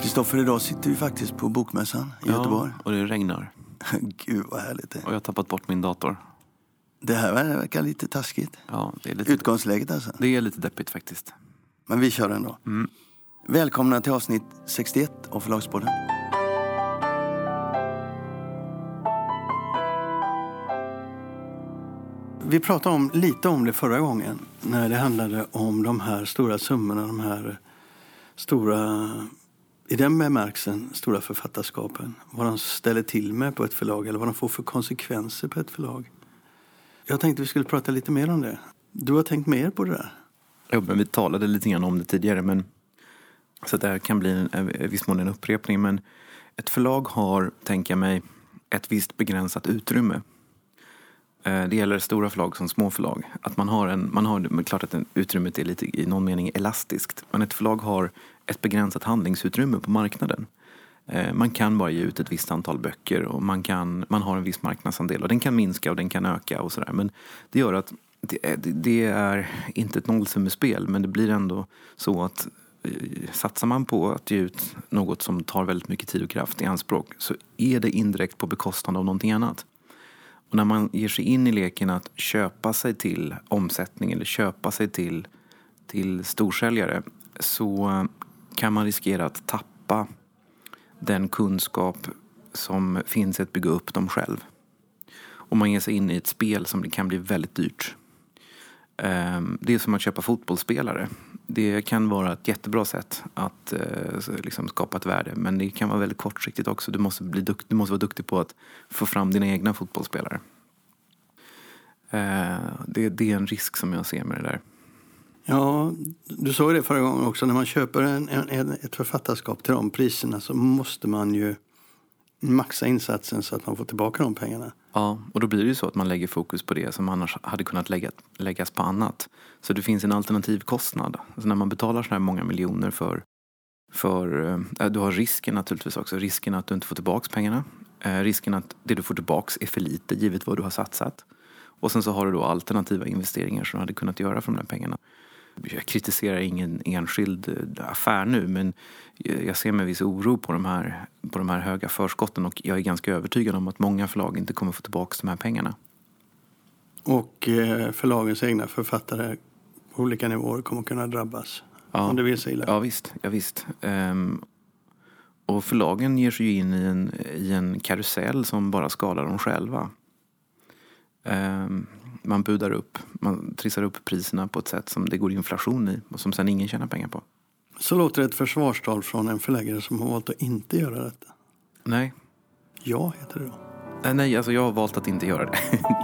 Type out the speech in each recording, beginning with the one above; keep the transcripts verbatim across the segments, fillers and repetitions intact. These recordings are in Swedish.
Kristoffer, idag sitter vi faktiskt på Bokmässan i ja, Göteborg. Och det regnar. Gud vad härligt det är. Och jag har tappat bort min dator. Det här verkar lite taskigt. Ja, det är lite... Utgångsläget alltså. Det är lite deppigt faktiskt. Men vi kör ändå. Mm. Välkomna till avsnitt sextioett av Förlagspodden. Vi pratade om, lite om det förra gången. När det handlade om de här stora summorna. De här stora, i den bemärkelsen, stora författarskapen. Vad de ställer till med på ett förlag. Eller vad de får för konsekvenser på ett förlag. Jag tänkte vi skulle prata lite mer om det. Du har tänkt mer på det där? Ja, men vi talade lite grann om det tidigare. Men, så det här kan bli en, en viss mån en upprepning. Men ett förlag har, tänker jag mig, ett visst begränsat utrymme. Det gäller stora förlag som små förlag. Att man har en, man har, men klart att utrymmet är lite i någon mening elastiskt. Men ett förlag har ett begränsat handlingsutrymme på marknaden. Man kan bara ge ut ett visst antal böcker och man, kan, man har en viss marknadsandel. Och den kan minska och den kan öka och sådär. Men det gör att det, det är inte ett nollsummespel. Men det blir ändå så att satsar man på att ge ut något som tar väldigt mycket tid och kraft i anspråk, så är det indirekt på bekostnad av någonting annat. Och när man ger sig in i leken att köpa sig till omsättning eller köpa sig till, till storsäljare, så kan man riskera att tappa den kunskap som finns i att bygga upp dem själv. Och man ger sig in i ett spel som det kan bli väldigt dyrt. Det är som att köpa fotbollsspelare. Det kan vara ett jättebra sätt att liksom skapa ett värde. Men det kan vara väldigt kortsiktigt också. Du måste, bli dukt, du måste vara duktig på att få fram dina egna fotbollsspelare. Det, det är en risk som jag ser med det där. Ja, du sa ju det förra gången också. När man köper en, en, ett författarskap till de priserna, så måste man ju maxa insatsen så att man får tillbaka de pengarna. Ja, och då blir det ju så att man lägger fokus på det som annars hade kunnat lägga, läggas på annat. Så det finns en alternativ kostnad. Alltså när man betalar så här många miljoner för, för äh, du har risken naturligtvis också. Risken att du inte får tillbaka pengarna. Äh, risken att det du får tillbaka är för lite givet vad du har satsat. Och sen så har du då alternativa investeringar som du hade kunnat göra för de här pengarna. Jag kritiserar ingen enskild affär nu, men jag ser med viss oro på de här, på de här höga förskotten, och jag är ganska övertygad om att många förlag inte kommer få tillbaka de här pengarna. Och förlagens egna författare på olika nivåer kommer kunna drabbas, ja, om det vill sig illa. Ja visst, ja, visst. Um, och förlagen ger sig in i en, i en karusell som bara skadar dem själva. Um, man budar upp, man trissar upp priserna på ett sätt som det går inflation i och som sen ingen tjänar pengar på. Så låter ett försvarstal från en förläggare som har valt att inte göra detta. Nej. Ja, heter det då. Nej, nej, alltså jag har valt att inte göra det.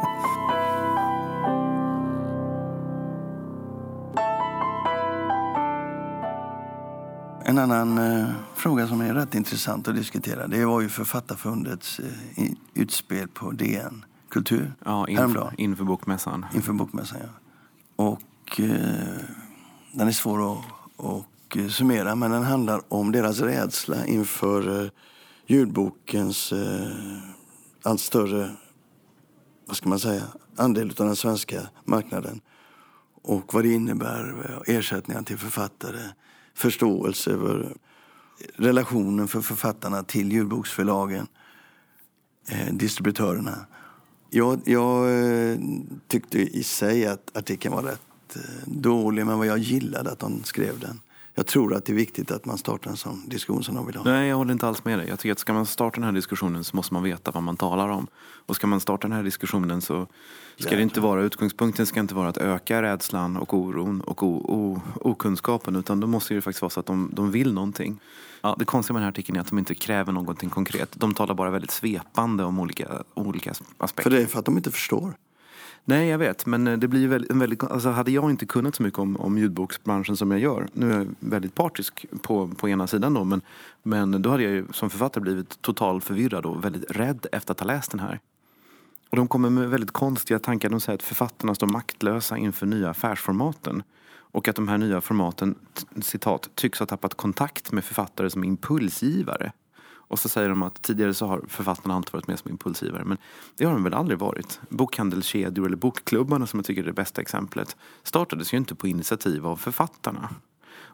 En annan eh, fråga som är rätt intressant att diskutera, det var ju Författarförbundets eh, utspel på D N Kultur. Ja, inför, inför Bokmässan. Inför Bokmässan, ja. Och eh, den är svår att och summera, men den handlar om deras rädsla inför eh, ljudbokens eh, allt större, vad ska man säga, andel av den svenska marknaden. Och vad det innebär, ersättningar till författare, förståelse över relationen för författarna till ljudboksförlagen, eh, distributörerna. Jag, jag eh, tyckte i sig att artikeln var rätt eh, dålig, men vad jag gillade att de skrev den. Jag tror att det är viktigt att man startar en sån diskussion som de vill ha. Nej, jag håller inte alls med dig. Jag tycker att ska man starta den här diskussionen så måste man veta vad man talar om. Och ska man starta den här diskussionen så ska det inte vara, utgångspunkten ska inte vara att öka rädslan och oron och o, o, okunskapen, utan då måste det faktiskt vara så att de, de vill någonting. Ja, det konstiga med den här artikeln är att de inte kräver någonting konkret. De talar bara väldigt svepande om olika, olika aspekter. För det är för att de inte förstår. Nej, jag vet, men det blir ju väldigt, en väldigt, alltså hade jag inte kunnat så mycket om, om ljudboksbranschen som jag gör, nu är jag väldigt partisk på, på ena sidan då, men, men då hade jag ju som författare blivit totalt förvirrad och väldigt rädd efter att ha läst den här. Och de kommer med väldigt konstiga tankar. De säger att författarna står maktlösa inför nya affärsformaten. Och att de här nya formaten, citat, tycks ha tappat kontakt med författare som impulsgivare. Och så säger de att tidigare så har författarna alltid varit med som impulsgivare. Men det har de väl aldrig varit. Bokhandelskedjor eller bokklubbarna, som jag tycker är det bästa exemplet, startades ju inte på initiativ av författarna.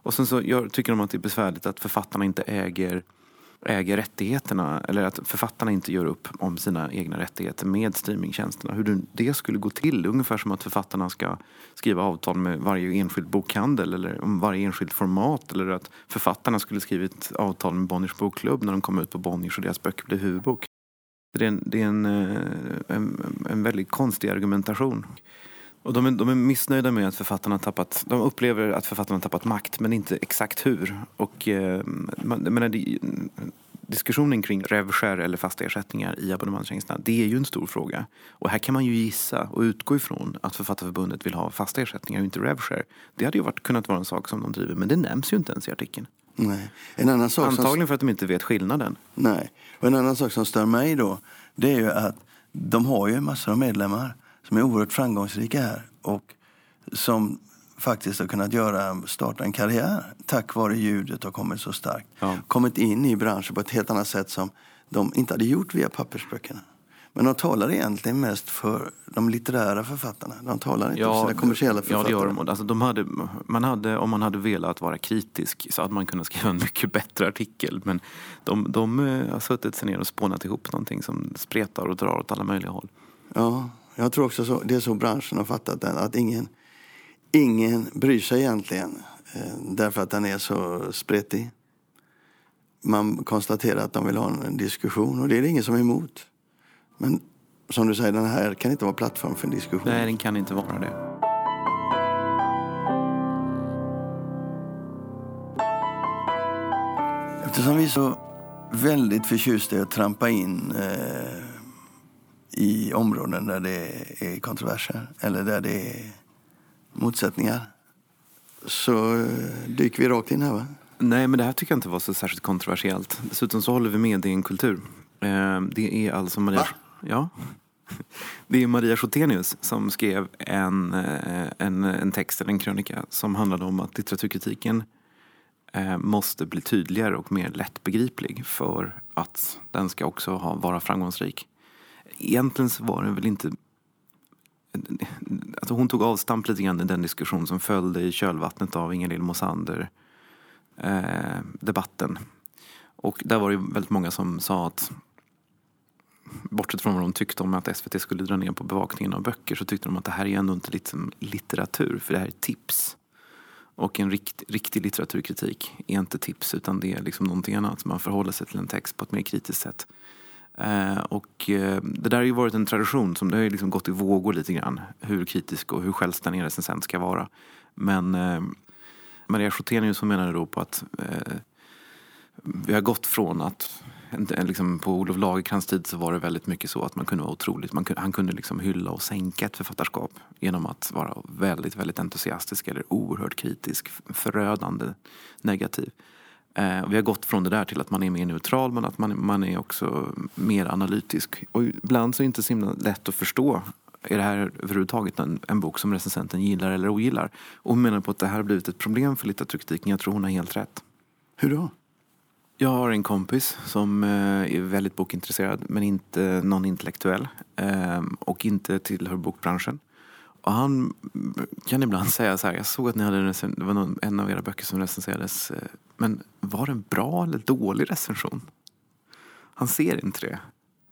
Och sen så gör, tycker de att det är besvärligt att författarna inte äger, äger rättigheterna. Eller att författarna inte gör upp om sina egna rättigheter med streamingtjänsterna. Hur det skulle gå till. Ungefär som att författarna ska skriva avtal med varje enskild bokhandel. Eller om varje enskild format. Eller att författarna skulle skriva ett avtal med Bonniers bokklubb när de kom ut på Bonniers och deras böcker blev huvudbok. Det är en, det är en, en, en väldigt konstig argumentation. Och de är, de är missnöjda med att författarna tappat, de upplever att författarna tappat makt, men inte exakt hur. Och eh, man, menar, det, diskussionen kring revskär eller fasta ersättningar i abonnemangstjänsterna, det är ju en stor fråga. Och här kan man ju gissa och utgå ifrån att Författarförbundet vill ha fasta ersättningar och inte revskär. Det hade ju varit, kunnat vara en sak som de driver, men det nämns ju inte ens i artikeln. Nej. En annan sak Antagligen som... för att de inte vet skillnaden. Nej. Och en annan sak som stör mig då, det är ju att de har ju massor av medlemmar som är oerhört framgångsrika här och som faktiskt har kunnat göra, starta en karriär tack vare ljudet och kommit så starkt. Ja. Kommit in i branschen på ett helt annat sätt som de inte hade gjort via pappersböckerna. Men de talar egentligen mest för de litterära författarna. De talar inte Ja, för sina kommersiella författare. Ja, det gör de. Alltså, de hade, man hade, om man hade velat vara kritisk så hade man kunnat skriva en mycket bättre artikel. Men de, de har suttit sig ner och spånat ihop någonting som spretar och drar åt alla möjliga håll. Ja, jag tror också så, det är så branschen har fattat den. Att ingen, ingen bryr sig egentligen eh, därför att den är så spretig. Man konstaterar att de vill ha en diskussion och det är det ingen som är emot. Men som du säger, den här kan inte vara plattform för en diskussion. Nej, den kan inte vara det. Eftersom vi är så väldigt förtjusta i att trampa in eh, i områden där det är kontroverser eller där det är motsättningar, så eh, dyker vi rakt in här, va? Nej, men det här tycker jag inte var så särskilt kontroversiellt. Dessutom så håller vi med, det är en kultur. Eh, det är alltså Maria... Va? Ja. Det är Maria Chotenius som skrev en, en, en text eller en krönika som handlade om att litteraturkritiken eh, måste bli tydligare och mer lättbegriplig för att den ska också ha, vara framgångsrik. Egentligen så var det väl inte... Alltså hon tog avstamp lite grann i den diskussion som följde i kölvattnet av Ingalill Mosander eh, debatten. Och där var det väldigt många som sa att bortsett från vad de tyckte om att S V T skulle dra ner på bevakningen av böcker, så tyckte de att det här är ändå inte liksom litteratur, för det här är tips. Och en rikt, riktig litteraturkritik är inte tips, utan det är liksom någonting annat. Man förhåller sig till en text på ett mer kritiskt sätt. Eh, och eh, det där har ju varit en tradition som det har ju liksom gått i vågor lite grann. Hur kritisk och hur självständig en recensent ska vara. Men eh, Maria Chotenius menade då på att eh, vi har gått från att liksom på Olof Lagercrantz tid så var det väldigt mycket så att man kunde vara otroligt, man kunde, han kunde liksom hylla och sänka ett författarskap genom att vara väldigt, väldigt entusiastisk eller oerhört kritisk, förödande, negativ. Eh, vi har gått från det där till att man är mer neutral, men att man, man är också mer analytisk. Och ibland så är det inte så himla lätt att förstå, är det här överhuvudtaget en, en bok som recensenten gillar eller ogillar? Och hon menar på att det här har blivit ett problem för litteraturkritiken. Jag tror hon har helt rätt. Hur då? Jag har en kompis som är väldigt bokintresserad, men inte någon intellektuell och inte tillhör bokbranschen. Och han kan ibland säga så här: jag såg att ni hade en, recen- det var någon, en av era böcker som recenserades, men var det en bra eller dålig recension? Han ser inte det.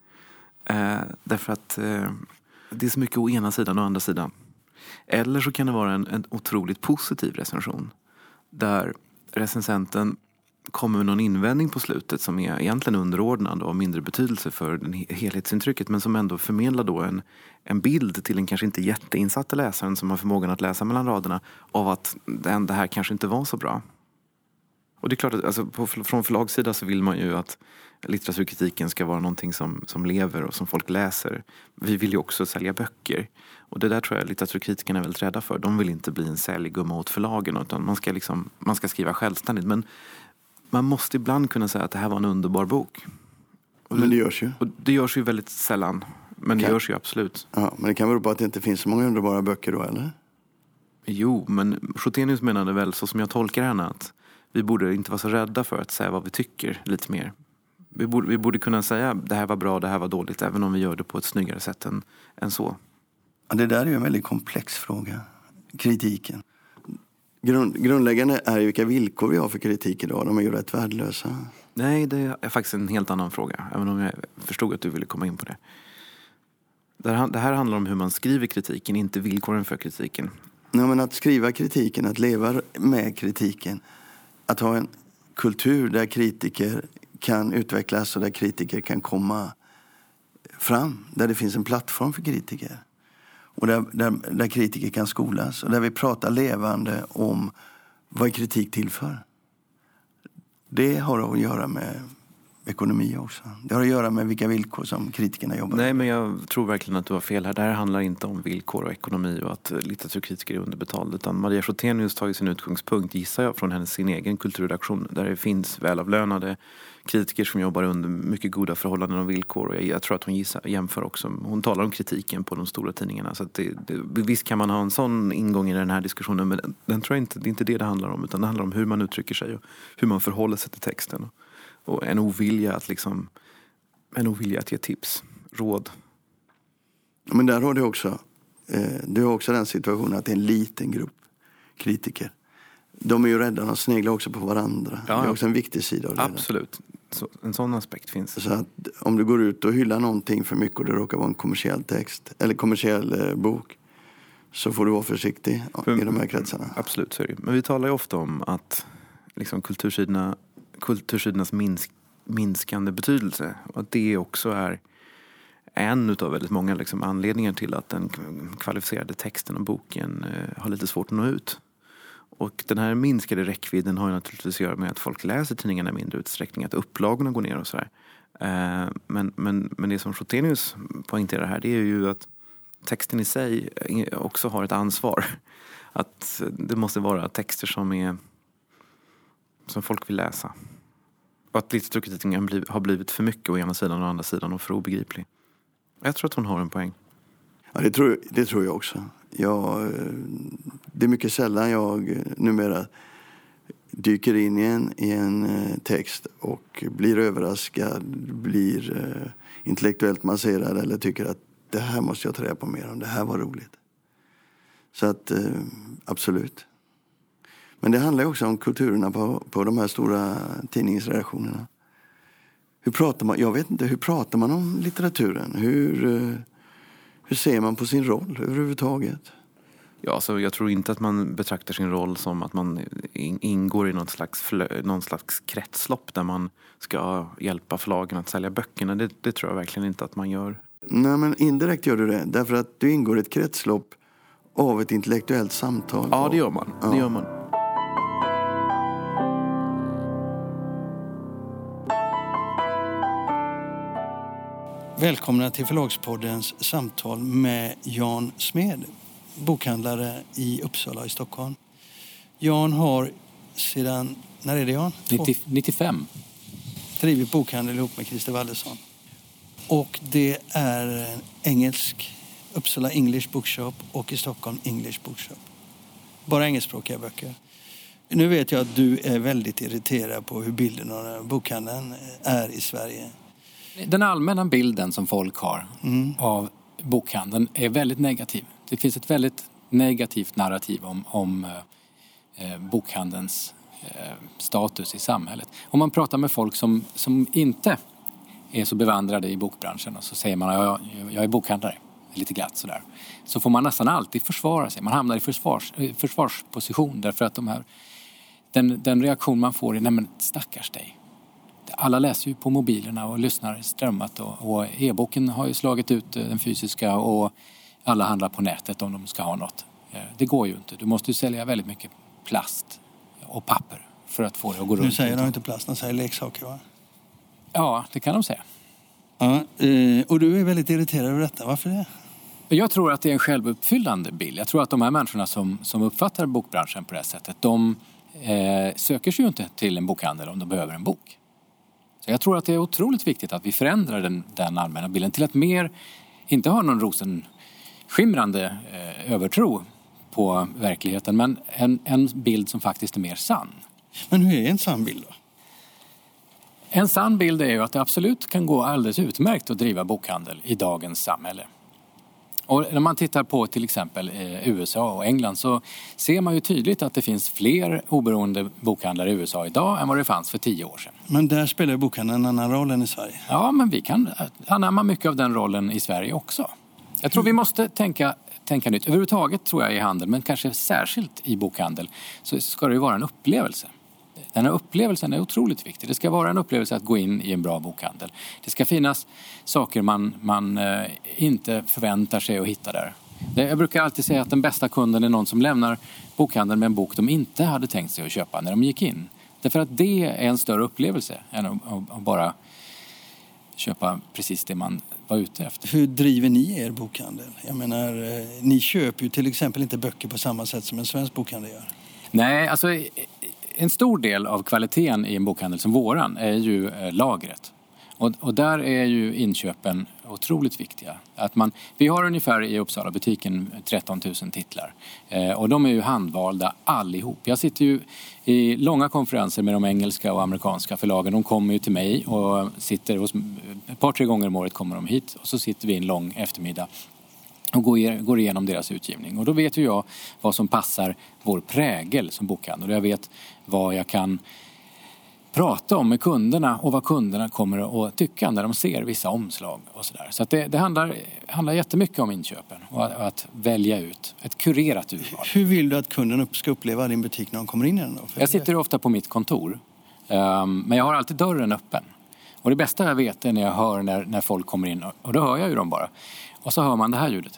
Därför att det är så mycket å ena sidan och å andra sidan. Eller så kan det vara en, en otroligt positiv recension där recensenten kommer med någon invändning på slutet som är egentligen underordnad och av mindre betydelse för den helhetsintrycket, men som ändå förmedlar då en, en bild till en kanske inte jätteinsatt läsaren som har förmågan att läsa mellan raderna av att den, det här kanske inte var så bra. Och det är klart att alltså, på, från förlagssida så vill man ju att litteraturkritiken ska vara någonting som, som lever och som folk läser. Vi vill ju också sälja böcker. Och det där tror jag litteraturkritikerna är väldigt rädda för. De vill inte bli en säljgumma åt förlagen, utan man ska, liksom, man ska skriva självständigt. Men man måste ibland kunna säga att det här var en underbar bok. Och men det görs ju. Och det görs ju väldigt sällan. Men det kan. görs ju absolut. Ja, men det kan bero på att det inte finns så många underbara böcker då, eller? Jo, men Chotenius menade väl, så som jag tolkar henne, att vi borde inte vara så rädda för att säga vad vi tycker lite mer. Vi borde, vi borde kunna säga det här var bra, det här var dåligt, även om vi gör det på ett snyggare sätt än, än så. Ja, det där är ju en väldigt komplex fråga. Kritiken. Grund, grundläggande är ju vilka villkor vi har för kritik idag. De är ju rätt värdelösa. Nej, det är faktiskt en helt annan fråga. Även om jag förstod att du ville komma in på det. Det här, det här handlar om hur man skriver kritiken, inte villkoren för kritiken. Nej, men att skriva kritiken, att leva med kritiken. Att ha en kultur där kritiker kan utvecklas och där kritiker kan komma fram. Där det finns en plattform för kritiker. Och där, där, där kritiker kan skolas. Och där vi pratar levande om vad är kritik till för. Det har att göra med ekonomi också. Det har att göra med vilka villkor som kritikerna jobbar med. Nej, men jag tror verkligen att du har fel här. Det här handlar inte om villkor och ekonomi och att litteraturkritiker är underbetalda. Utan Maria Schottenius tagit sin utgångspunkt, gissar jag, från hennes sin egen kulturredaktion. Där det finns välavlönade kritiker som jobbar under mycket goda förhållanden och villkor. Och jag, jag tror att hon gissar, jämför också. Hon talar om kritiken på de stora tidningarna. Så att det, det, visst kan man ha en sån ingång i den här diskussionen. Men den, den tror jag inte, det är inte det det handlar om. Utan det handlar om hur man uttrycker sig och hur man förhåller sig till texten. Och en ovilja att liksom en ovilja att ge tips, råd. Men där har du också eh, du har också den situationen att det är en liten grupp kritiker. De är ju rädda, de sneglar också på varandra. Ja, det är också en viktig sida av det. Absolut. Så, en sån aspekt finns. Så att om du går ut och hyllar någonting för mycket och det råkar vara en kommersiell text eller kommersiell eh, bok, så får du vara försiktig för, i de här kretsarna. Absolut, så är det. Men vi talar ju ofta om att liksom kultursidorna kultursidornas minsk, minskande betydelse. Och att det också är en utav väldigt många liksom anledningar till att den kvalificerade texten och boken eh, har lite svårt att nå ut. Och den här minskade räckvidden har ju naturligtvis att göra med att folk läser tidningarna i mindre utsträckning, att upplagorna går ner och sådär. Eh, men, men, men det som Schottenius poängterar här, det är ju att texten i sig också har ett ansvar. Att det måste vara texter som är som folk vill läsa. Och att litteraturkritiken har blivit för mycket å ena sidan och å andra sidan och för obegriplig. Jag tror att hon har en poäng. Ja, det tror, det tror jag också. Jag, det är mycket sällan jag numera dyker in i en, i en text och blir överraskad, blir intellektuellt masserad eller tycker att det här måste jag ta reda på mer om, det här var roligt. Så att absolut. Men det handlar också om kulturerna på, på de här stora tidningsredaktionerna. Hur pratar man, jag vet inte, hur pratar man om litteraturen? Hur, hur ser man på sin roll överhuvudtaget? Ja, så jag tror inte att man betraktar sin roll som att man ingår i något slags, flö, någon slags kretslopp där man ska hjälpa förlagen att sälja böckerna. Det, det tror jag verkligen inte att man gör. Nej, men indirekt gör du det. Därför att du ingår i ett kretslopp av ett intellektuellt samtal. Ja, det gör man. Ja. Det gör man. Välkomna till Förlagspoddens samtal med Jan Smed, bokhandlare i Uppsala och i Stockholm. Jan har sedan, när är det Jan? nittio, nittiofem. Drivit bokhandel ihop med Christer Wallersson. Och det är engelsk, Uppsala English Bookshop och i Stockholm English Bookshop. Bara engelskspråkiga böcker. Nu vet jag att du är väldigt irriterad på hur bilden av bokhandeln är i Sverige. Den allmänna bilden som folk har mm. av bokhandeln är väldigt negativ. Det finns ett väldigt negativt narrativ om, om eh, bokhandelns eh, status i samhället. Om man pratar med folk som, som inte är så bevandrade i bokbranschen och så säger man att jag, jag är bokhandlare, lite glatt sådär. Så får man nästan alltid försvara sig. Man hamnar i försvars, försvarsposition därför att de här, den, den reaktion man får är nej men stackars dig. Alla läser ju på mobilerna och lyssnar strömmat och, och e-boken har ju slagit ut den fysiska och alla handlar på nätet om de ska ha något. Det går ju inte. Du måste ju sälja väldigt mycket plast och papper för att få det att gå runt. Nu säger de inte plast, de säger leksaker va? Ja, det kan de säga. Ja, och du är väldigt irriterad över detta. Varför det? Jag tror att det är en självuppfyllande bild. Jag tror att de här människorna som, som uppfattar bokbranschen på det här sättet, de eh, söker sig ju inte till en bokhandel om de behöver en bok. Så jag tror att det är otroligt viktigt att vi förändrar den, den allmänna bilden till att mer, inte ha någon rosenskimrande eh, övertro på verkligheten, men en, en bild som faktiskt är mer sann. Men hur är en sann bild då? En sann bild är ju att det absolut kan gå alldeles utmärkt att driva bokhandel i dagens samhälle. Och när man tittar på till exempel U S A och England så ser man ju tydligt att det finns fler oberoende bokhandlare i U S A idag än vad det fanns för tio år sedan. Men där spelar bokhandeln en annan roll än i Sverige. Ja, men vi kan anamma mycket av den rollen i Sverige också. Jag tror vi måste tänka, tänka nytt. Överhuvudtaget tror jag i handel, men kanske särskilt i bokhandel, så ska det ju vara en upplevelse. Den här upplevelsen är otroligt viktig. Det ska vara en upplevelse att gå in i en bra bokhandel. Det ska finnas saker man, man eh, inte förväntar sig att hitta där. Jag brukar alltid säga att den bästa kunden är någon som lämnar bokhandeln med en bok de inte hade tänkt sig att köpa när de gick in. Därför att det är en större upplevelse än att, att, att bara köpa precis det man var ute efter. Hur driver ni er bokhandel? Jag menar, ni köper ju till exempel inte böcker på samma sätt som en svensk bokhandel gör. Nej, alltså en stor del av kvaliteten i en bokhandel som våran är ju lagret. Och, och där är ju inköpen otroligt viktiga. Att man, vi har ungefär i Uppsala butiken tretton tusen titlar. Eh, och de är ju handvalda allihop. Jag sitter ju i långa konferenser med de engelska och amerikanska förlagen. De kommer ju till mig och sitter hos, ett par, tre gånger om året kommer de hit. Och så sitter vi en lång eftermiddag och går, går igenom deras utgivning. Och då vet ju jag vad som passar vår prägel som bokhandel. Och jag vet vad jag kan prata om med kunderna och vad kunderna kommer att tycka när de ser vissa omslag och sådär. Så att det, det handlar, handlar jättemycket om inköpen och att, att välja ut ett kurerat urval. Hur vill du att kunden ska uppleva din butik när de kommer in i den då? Jag sitter ofta på mitt kontor, um, men jag har alltid dörren öppen. Och det bästa jag vet är när jag hör när, när folk kommer in, och då hör jag ju dem bara. Och så hör man det här ljudet.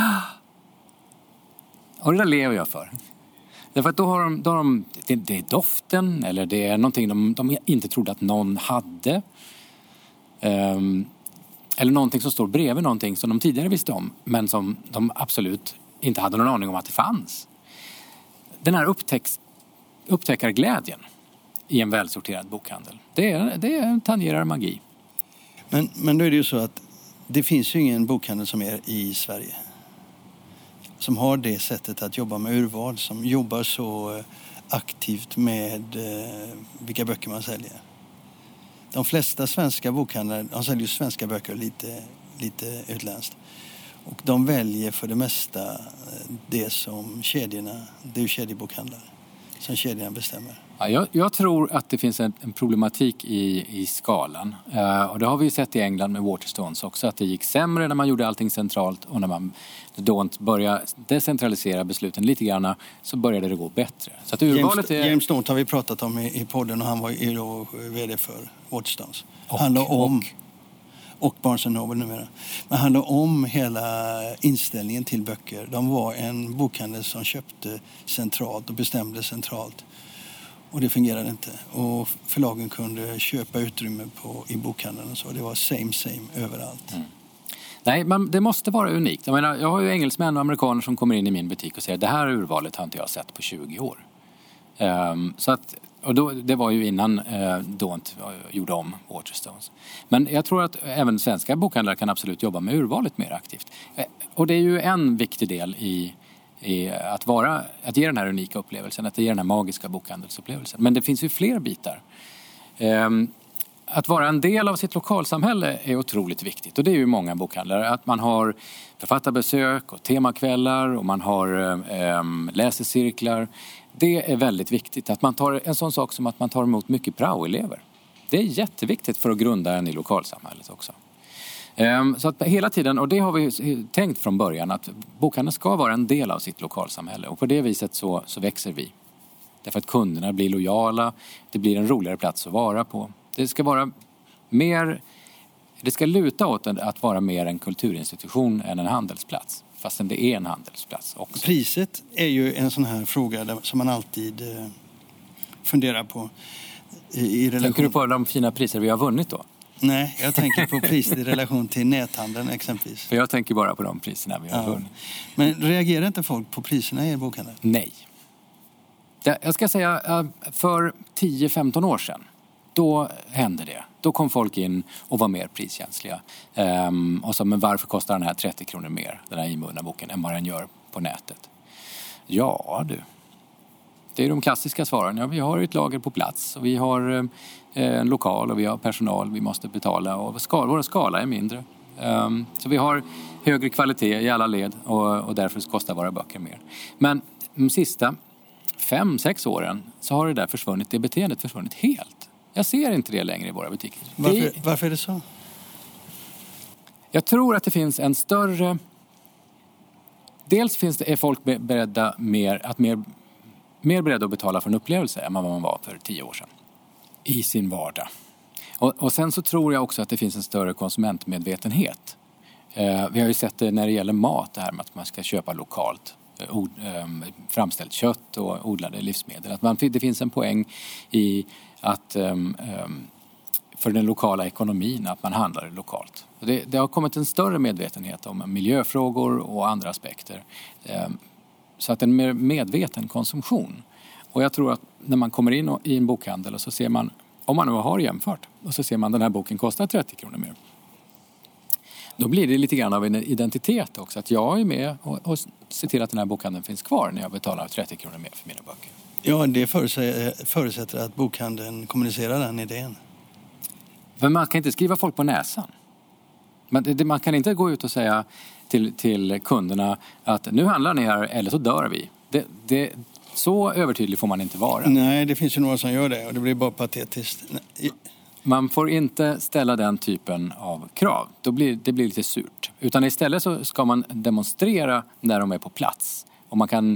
Och det där lever jag för. Därför att då har de, då har de det, det är doften eller det är någonting de, de inte trodde att någon hade. Um, eller någonting som står bredvid någonting som de tidigare visste om men som de absolut inte hade någon aning om att det fanns. Den här upptäcks, upptäckarglädjen i en välsorterad bokhandel, det, är, det tangerar magi. Men, men då är det ju så att det finns ju ingen bokhandel som är i Sverige som har det sättet att jobba med urval, som jobbar så aktivt med eh, vilka böcker man säljer. De flesta svenska bokhandlare, de säljer ju svenska böcker lite, lite utländskt. Och de väljer för det mesta det som kedjorna, det är ju kedjebokhandlare, som kedjorna bestämmer. Ja, jag, jag tror att det finns en, en problematik i, i skalan. Uh, och det har vi ju sett i England med Waterstones också. Att det gick sämre när man gjorde allting centralt. Och när man då började decentralisera besluten lite grann så började det gå bättre. Så att urvalet James, är... James Stone har vi pratat om i, i podden och han var ju då vd för Waterstones. Och, handlar om... och. och Barnes and Noble numera. Men handlar om hela inställningen till böcker. De var en bokhandel som köpte centralt och bestämde centralt. Och det fungerade inte. Och förlagen kunde köpa utrymme på, i bokhandeln och så. Det var same same överallt. Mm. Nej, men det måste vara unikt. Jag menar, jag har ju engelsmän och amerikaner som kommer in i min butik och säger det här urvalet har inte jag sett på tjugo år. Um, så att, och då, det var ju innan uh, Daunt gjorde om Waterstones. Men jag tror att även svenska bokhandlare kan absolut jobba med urvalet mer aktivt. Uh, och det är ju en viktig del i, i att, vara, att ge den här unika upplevelsen, att ge den här magiska bokhandelsupplevelsen. Men det finns ju fler bitar. Um, Att vara en del av sitt lokalsamhälle är otroligt viktigt. Och det är ju många bokhandlare. Att man har författarbesök och temakvällar och man har eh, läsecirklar. Det är väldigt viktigt. Att man tar en sån sak som att man tar emot mycket praoelever. Det är jätteviktigt för att grunda en i lokalsamhället också. Eh, så att hela tiden, och det har vi tänkt från början, att bokhandeln ska vara en del av sitt lokalsamhälle. Och på det viset så, så växer vi. Därför att kunderna blir lojala. Det blir en roligare plats att vara på. Det ska vara mer, det ska luta åt att vara mer en kulturinstitution än en handelsplats. Fastän det är en handelsplats också. Priset är ju en sån här fråga där, som man alltid eh, funderar på. I, i relation... Tänker du på de fina priser vi har vunnit då? Nej, jag tänker på priset i relation till näthandeln exempelvis. För jag tänker bara på de priserna vi har ja. vunnit. Men reagerar inte folk på priserna i er bokhandel? Nej. Jag ska säga, för tio femton år sedan, då hände det. Då kom folk in och var mer priskänsliga. Um, och så, men varför kostar den här trettio kronor mer, den här inbundna boken, än vad den gör på nätet? Ja, du. Det är de klassiska svaren. Ja, vi har ett lager på plats och vi har eh, en lokal och vi har personal vi måste betala och skal, vår skala är mindre. Um, så vi har högre kvalitet i alla led och, och därför kostar våra böcker mer. Men de sista fem, sex åren så har det där försvunnit, det beteendet försvunnit helt. Jag ser inte det längre i våra butiker. Varför, det, varför är det så? Jag tror att det finns en större... Dels finns det, är folk beredda mer, att mer, mer beredda att betala för en upplevelse än vad man var för tio år sedan. I sin vardag. Och, och sen så tror jag också att det finns en större konsumentmedvetenhet. Eh, vi har ju sett det när det gäller mat, det här med att man ska köpa lokalt. Eh, od, eh, framställt kött och odlade livsmedel. Att man, det finns en poäng i att... Eh, eh, för den lokala ekonomin, att man handlar lokalt. Det, det har kommit en större medvetenhet om miljöfrågor och andra aspekter. Så att en mer medveten konsumtion. Och jag tror att när man kommer in i en bokhandel och så ser man, om man nu har jämfört, och så ser man den här boken kostar trettio kronor mer. Då blir det lite grann av en identitet också. Att jag är med och, och ser till att den här bokhandeln finns kvar när jag betalar trettio kronor mer för mina böcker. Ja, det förutsätter att bokhandeln kommunicerar den idén. Men man kan inte skriva folk på näsan. Man, det, man kan inte gå ut och säga till, till kunderna att nu handlar ni här eller så dör vi. Det, det, så övertydlig får man inte vara. Nej, det finns ju några som gör det och det blir bara patetiskt. Nej. Man får inte ställa den typen av krav. Då blir, det blir lite surt. Utan istället så ska man demonstrera när de är på plats. Och man kan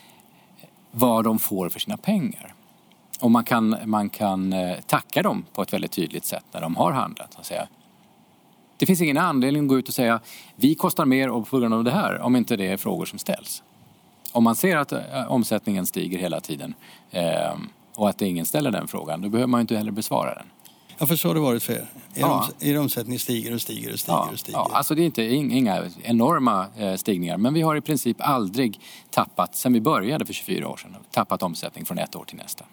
vad de får för sina pengar. Och man kan, man kan tacka dem på ett väldigt tydligt sätt när de har handlat. Och säga, det finns ingen anledning att gå ut och säga vi kostar mer och på grund av det här, om inte det är frågor som ställs. Om man ser att omsättningen stiger hela tiden eh, och att ingen ställer den frågan, då behöver man inte heller besvara den. Ja, för så har det varit för er. Er, ja. oms- er omsättning stiger och stiger och stiger ja, och stiger. Ja, alltså det är inte inga enorma stigningar, men vi har i princip aldrig tappat, sen vi började för tjugofyra år sedan, tappat omsättning från ett år till nästa.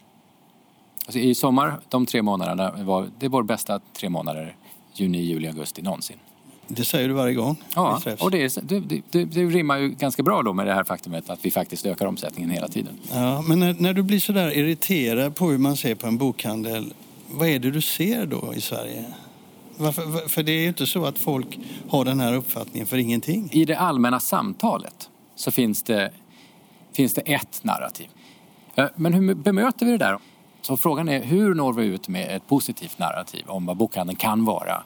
Alltså i sommar, de tre månaderna, var, det var bästa tre månader, juni, juli, augusti någonsin. Det säger du varje gång. Ja, och det, är, det, det, det rimmar ju ganska bra då med det här faktumet att vi faktiskt ökar omsättningen hela tiden. Ja, men när, när du blir så där irriterad på hur man ser på en bokhandel, vad är det du ser då i Sverige? Varför, för det är ju inte så att folk har den här uppfattningen för ingenting. I det allmänna samtalet så finns det, finns det ett narrativ. Men hur bemöter vi det där? Så frågan är, hur når vi ut med ett positivt narrativ om vad bokhandeln kan vara?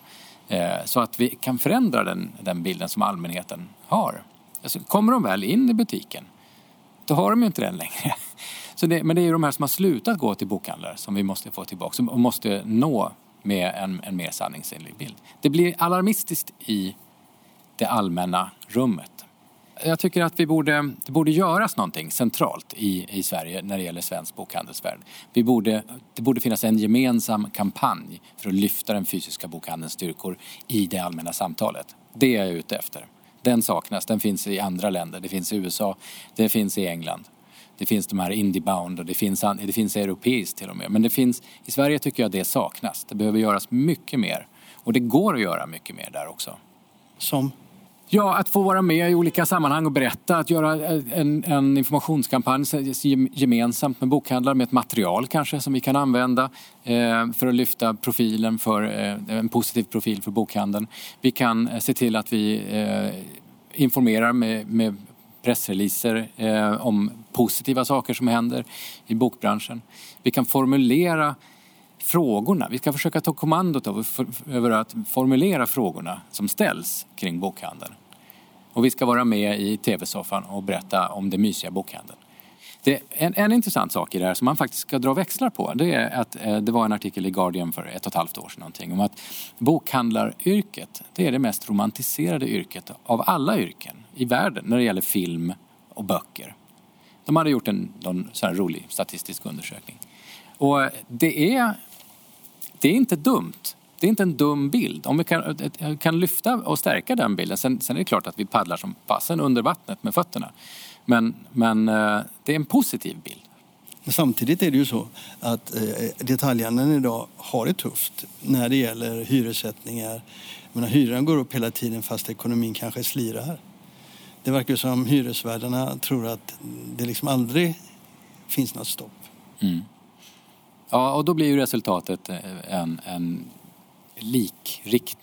Så att vi kan förändra den, den bilden som allmänheten har. Alltså, kommer de väl in i butiken, då har de ju inte den längre. Så det, men det är ju de här som har slutat gå till bokhandlare som vi måste få tillbaka och måste nå med en, en mer sanningsenlig bild. Det blir alarmistiskt i det allmänna rummet. Jag tycker att vi borde, det borde göras någonting centralt i, i Sverige när det gäller svensk bokhandelsvärld. Vi borde, det borde finnas en gemensam kampanj för att lyfta den fysiska bokhandelns styrkor i det allmänna samtalet. Det är jag ute efter. Den saknas, den finns i andra länder. Det finns i U S A, det finns i England. Det finns de här Indiebound och det finns, det finns europeiskt till och med. Men det finns, i Sverige tycker jag det saknas. Det behöver göras mycket mer. Och det går att göra mycket mer där också. Som? Ja, att få vara med i olika sammanhang och berätta. Att göra en, en informationskampanj gemensamt med bokhandlare med ett material kanske som vi kan använda eh, för att lyfta profilen för eh, en positiv profil för bokhandeln. Vi kan eh, se till att vi eh, informerar med, med pressreleaser eh, om positiva saker som händer i bokbranschen. Vi kan formulera frågorna. Vi ska försöka ta kommandot över att formulera frågorna som ställs kring bokhandeln. Och vi ska vara med i tv-soffan och berätta om det mysiga bokhandeln. Det, en, en intressant sak i det här som man faktiskt ska dra växlar på, det är att eh, det var en artikel i Guardian för ett och ett halvt år sedan någonting om att bokhandlaryrket, det är det mest romantiserade yrket av alla yrken i världen när det gäller film och böcker. De hade gjort en, en sån här rolig statistisk undersökning. Och det är, det är inte dumt. Det är inte en dum bild. Om vi kan, kan lyfta och stärka den bilden. Sen, sen är det klart att vi paddlar som passen under vattnet med fötterna. Men, men det är en positiv bild. Men samtidigt är det ju så att eh, detaljhandeln idag har det tufft när det gäller hyressättningar. Men hyran går upp hela tiden fast ekonomin kanske slirar. Det verkar som hyresvärdarna tror att det liksom aldrig finns något stopp. Mm. Ja, och då blir ju resultatet en, en likriktning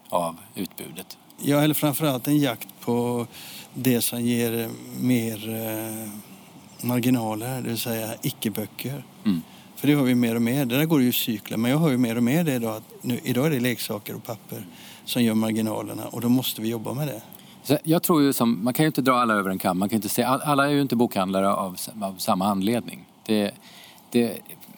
av utbudet. Ja, eller framförallt en jakt på det som ger mer eh, marginaler, det vill säga icke-böcker. Mm. För det har vi mer och mer. Det där går ju i cykler, men jag har ju mer och mer det idag. Att nu, idag är det leksaker och papper som gör marginalerna och då måste vi jobba med det. Så jag tror ju som, man kan ju inte dra alla över en kam. Man kan inte se, alla är ju inte bokhandlare av, av samma anledning. Det, det,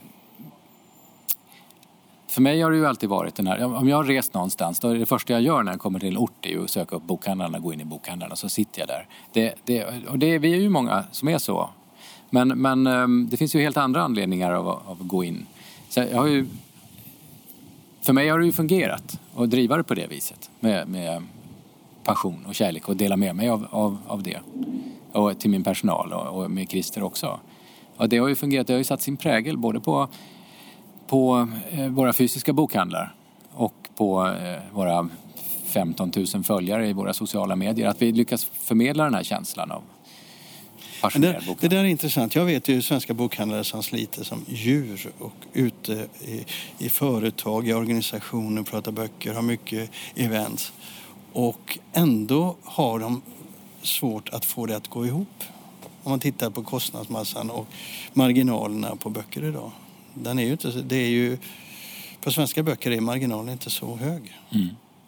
för mig har det ju alltid varit den här, om jag har rest någonstans, då är det första jag gör när jag kommer till en ort är att söka upp bokhandlarna, gå in i bokhandlarna och så sitter jag där. Det, det, och det, vi är ju många som är så. Men, men det finns ju helt andra anledningar av, av att gå in. Så jag har ju, för mig har det ju fungerat att driva det på det viset med, med passion och kärlek och dela med mig av, av, av det. Och till min personal och, och med Christer också. Och det har ju fungerat, det har ju satt sin prägel både på, på eh, våra fysiska bokhandlar och på eh, våra femton tusen följare i våra sociala medier. Att vi lyckas förmedla den här känslan av passionerad bokhandel. Det där är intressant. Jag vet ju svenska bokhandlare som sliter som djur och ute i, i företag, i organisationer, pratar böcker, har mycket events. Och ändå har de svårt att få det att gå ihop. Om man tittar på kostnadsmassan och marginalerna på böcker idag. Den är ju inte, det är ju, på svenska böcker är marginalen inte så hög. Mm.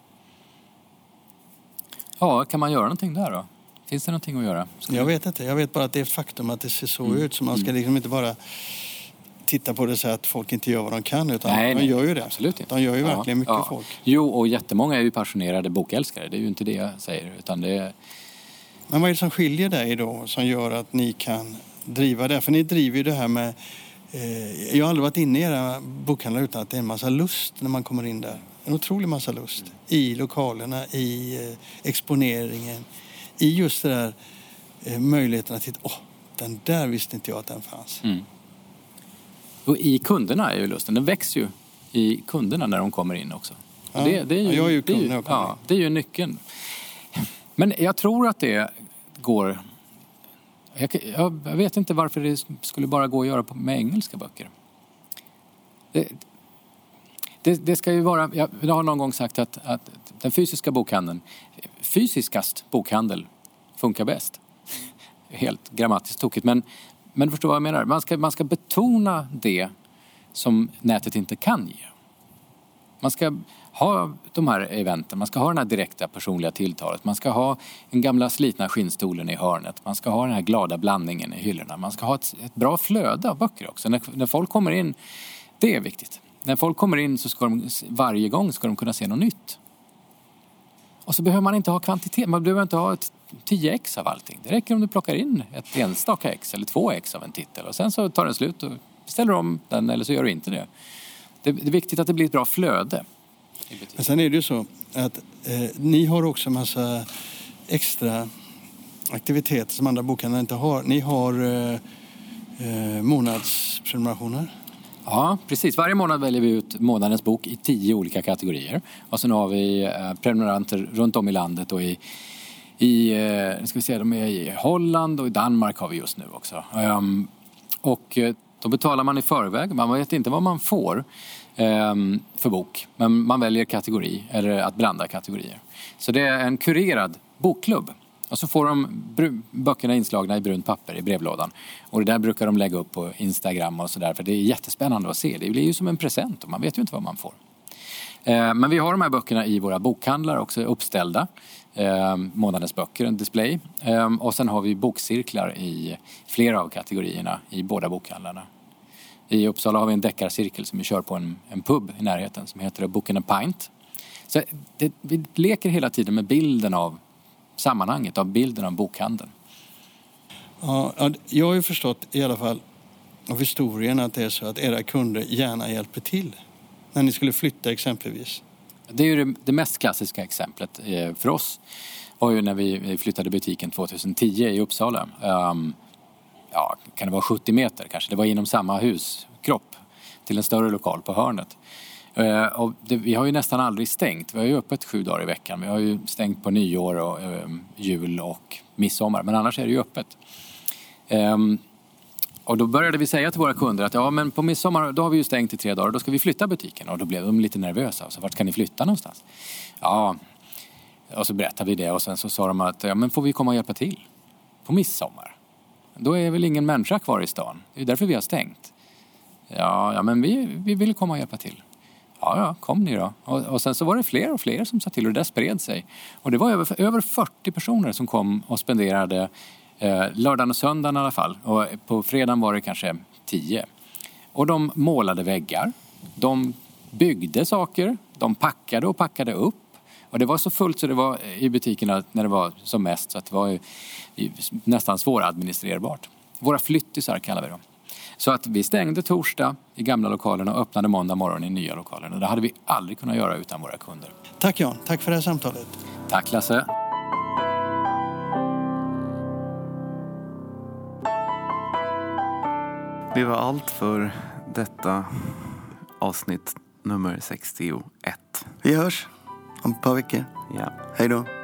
Ja, kan man göra någonting där då? Finns det någonting att göra? Ska jag vet inte. Jag vet bara att det är ett faktum att det ser så mm. ut. Så man ska liksom inte bara titta på det så att folk inte gör vad de kan. Utan nej, de nej. gör ju det. Absolut inte. De gör ju ja, verkligen mycket ja. folk. Jo, och jättemånga är ju passionerade bokälskare. Det är ju inte det jag säger. Utan det är... Men vad är det som skiljer dig då? Som gör att ni kan driva det? För ni driver ju det här med... Eh, jag har aldrig varit inne i era bokhandlar utan att det är en massa lust när man kommer in där. En otrolig massa lust. Mm. I lokalerna, i eh, exponeringen. I just det där eh, möjligheten att titta, åh, den där visste inte jag att den fanns. Mm. Och i kunderna är ju lusten, den växer ju i kunderna när de kommer in också. Ja, det, det är ju, jag är ju kund när jag kommer ja, det är ju nyckeln. Men jag tror att det går... Jag, jag vet inte varför det skulle bara gå att göra med engelska böcker. Det, det, det ska ju vara... Jag har någon gång sagt att, att den fysiska bokhandeln, fysiskast bokhandel funkar bäst. Helt grammatiskt tokigt, men, men förstår vad jag menar. Man ska, man ska betona det som nätet inte kan ge. Man ska ha de här eventen, man ska ha den här direkta personliga tilltalet. Man ska ha den gamla slitna skinnstolen i hörnet. Man ska ha den här glada blandningen i hyllorna. Man ska ha ett, ett bra flöde av böcker också. När, när folk kommer in, det är viktigt. När folk kommer in så ska de varje gång ska de kunna se något nytt. Och så behöver man inte ha kvantitet. Man behöver inte ha ett tio ex av allting. Det räcker om du plockar in ett enstaka ex eller två ex av en titel. Och sen så tar den slut och ställer om den eller så gör du inte det. Det är viktigt att det blir ett bra flöde. Men sen är det ju så att eh, ni har också en massa extra aktiviteter som andra bokhandlare inte har. Ni har eh, eh, månadsprenumerationer. Ja, precis. Varje månad väljer vi ut månadens bok i tio olika kategorier. Och sen har vi eh, prenumeranter runt om i landet och i, i eh, ska vi säga, de är i Holland och i Danmark har vi just nu också. Um, och eh, då betalar man i förväg. Man vet inte vad man får eh, för bok. Men man väljer kategori eller att blanda kategorier. Så det är en kurerad bokklubb. Och så får de br- böckerna inslagna i brunt papper i brevlådan. Och det där brukar de lägga upp på Instagram och sådär. För det är jättespännande att se. Det blir ju som en present och man vet ju inte vad man får. Eh, men vi har de här böckerna i våra bokhandlar också uppställda. Eh, månadens böcker, en display. Eh, och sen har vi bokcirklar i flera av kategorierna i båda bokhandlarna. I Uppsala har vi en deckarcirkel som vi kör på en, en pub i närheten som heter Book and a Pint. Så det, vi leker hela tiden med bilden av sammanhanget, av bilden av bokhandeln. Ja, jag har ju förstått i alla fall av historien att det är så att era kunder gärna hjälper till när ni skulle flytta exempelvis. Det är ju det, det mest klassiska exemplet för oss var ju när vi flyttade butiken tjugohundratio i Uppsala. Um, ja, kan det vara sjuttio meter kanske. Det var inom samma huskropp till en större lokal på hörnet. Uh, och det, vi har ju nästan aldrig stängt. Vi har ju öppet sju dagar i veckan. Vi har ju stängt på nyår och uh, jul och midsommar. Men annars är det ju öppet. Um, Och då började vi säga till våra kunder att ja, men på midsommar då har vi ju stängt i tre dagar. Då ska vi flytta butiken. Och då blev de lite nervösa. Så vart ska ni flytta någonstans? Ja, och så berättade vi det. Och sen så sa de att ja, men får vi komma och hjälpa till på midsommar? Då är väl ingen människa kvar i stan. Det är därför vi har stängt. Ja, ja men vi, vi vill komma och hjälpa till. Ja, ja, kom ni då. Och, och sen så var det fler och fler som sa till och det där spred sig. Och det var över, över fyrtio personer som kom och spenderade eh, lördagen och söndagen i alla fall. Och på fredagen var det kanske tio. Och de målade väggar. De byggde saker. De packade och packade upp. Och det var så fullt så det var i butikerna när det var som mest. Så att det var ju, nästan svåradministrerbart. Våra flyttisar kallar vi dem. Så att vi stängde torsdag i gamla lokalen och öppnade måndag morgon i nya lokalen. Och det hade vi aldrig kunnat göra utan våra kunder. Tack Jan, tack för det här samtalet. Tack Lasse. Det var allt för detta avsnitt nummer sextioett. Vi hörs om ett par veckor. Ja. Hej då.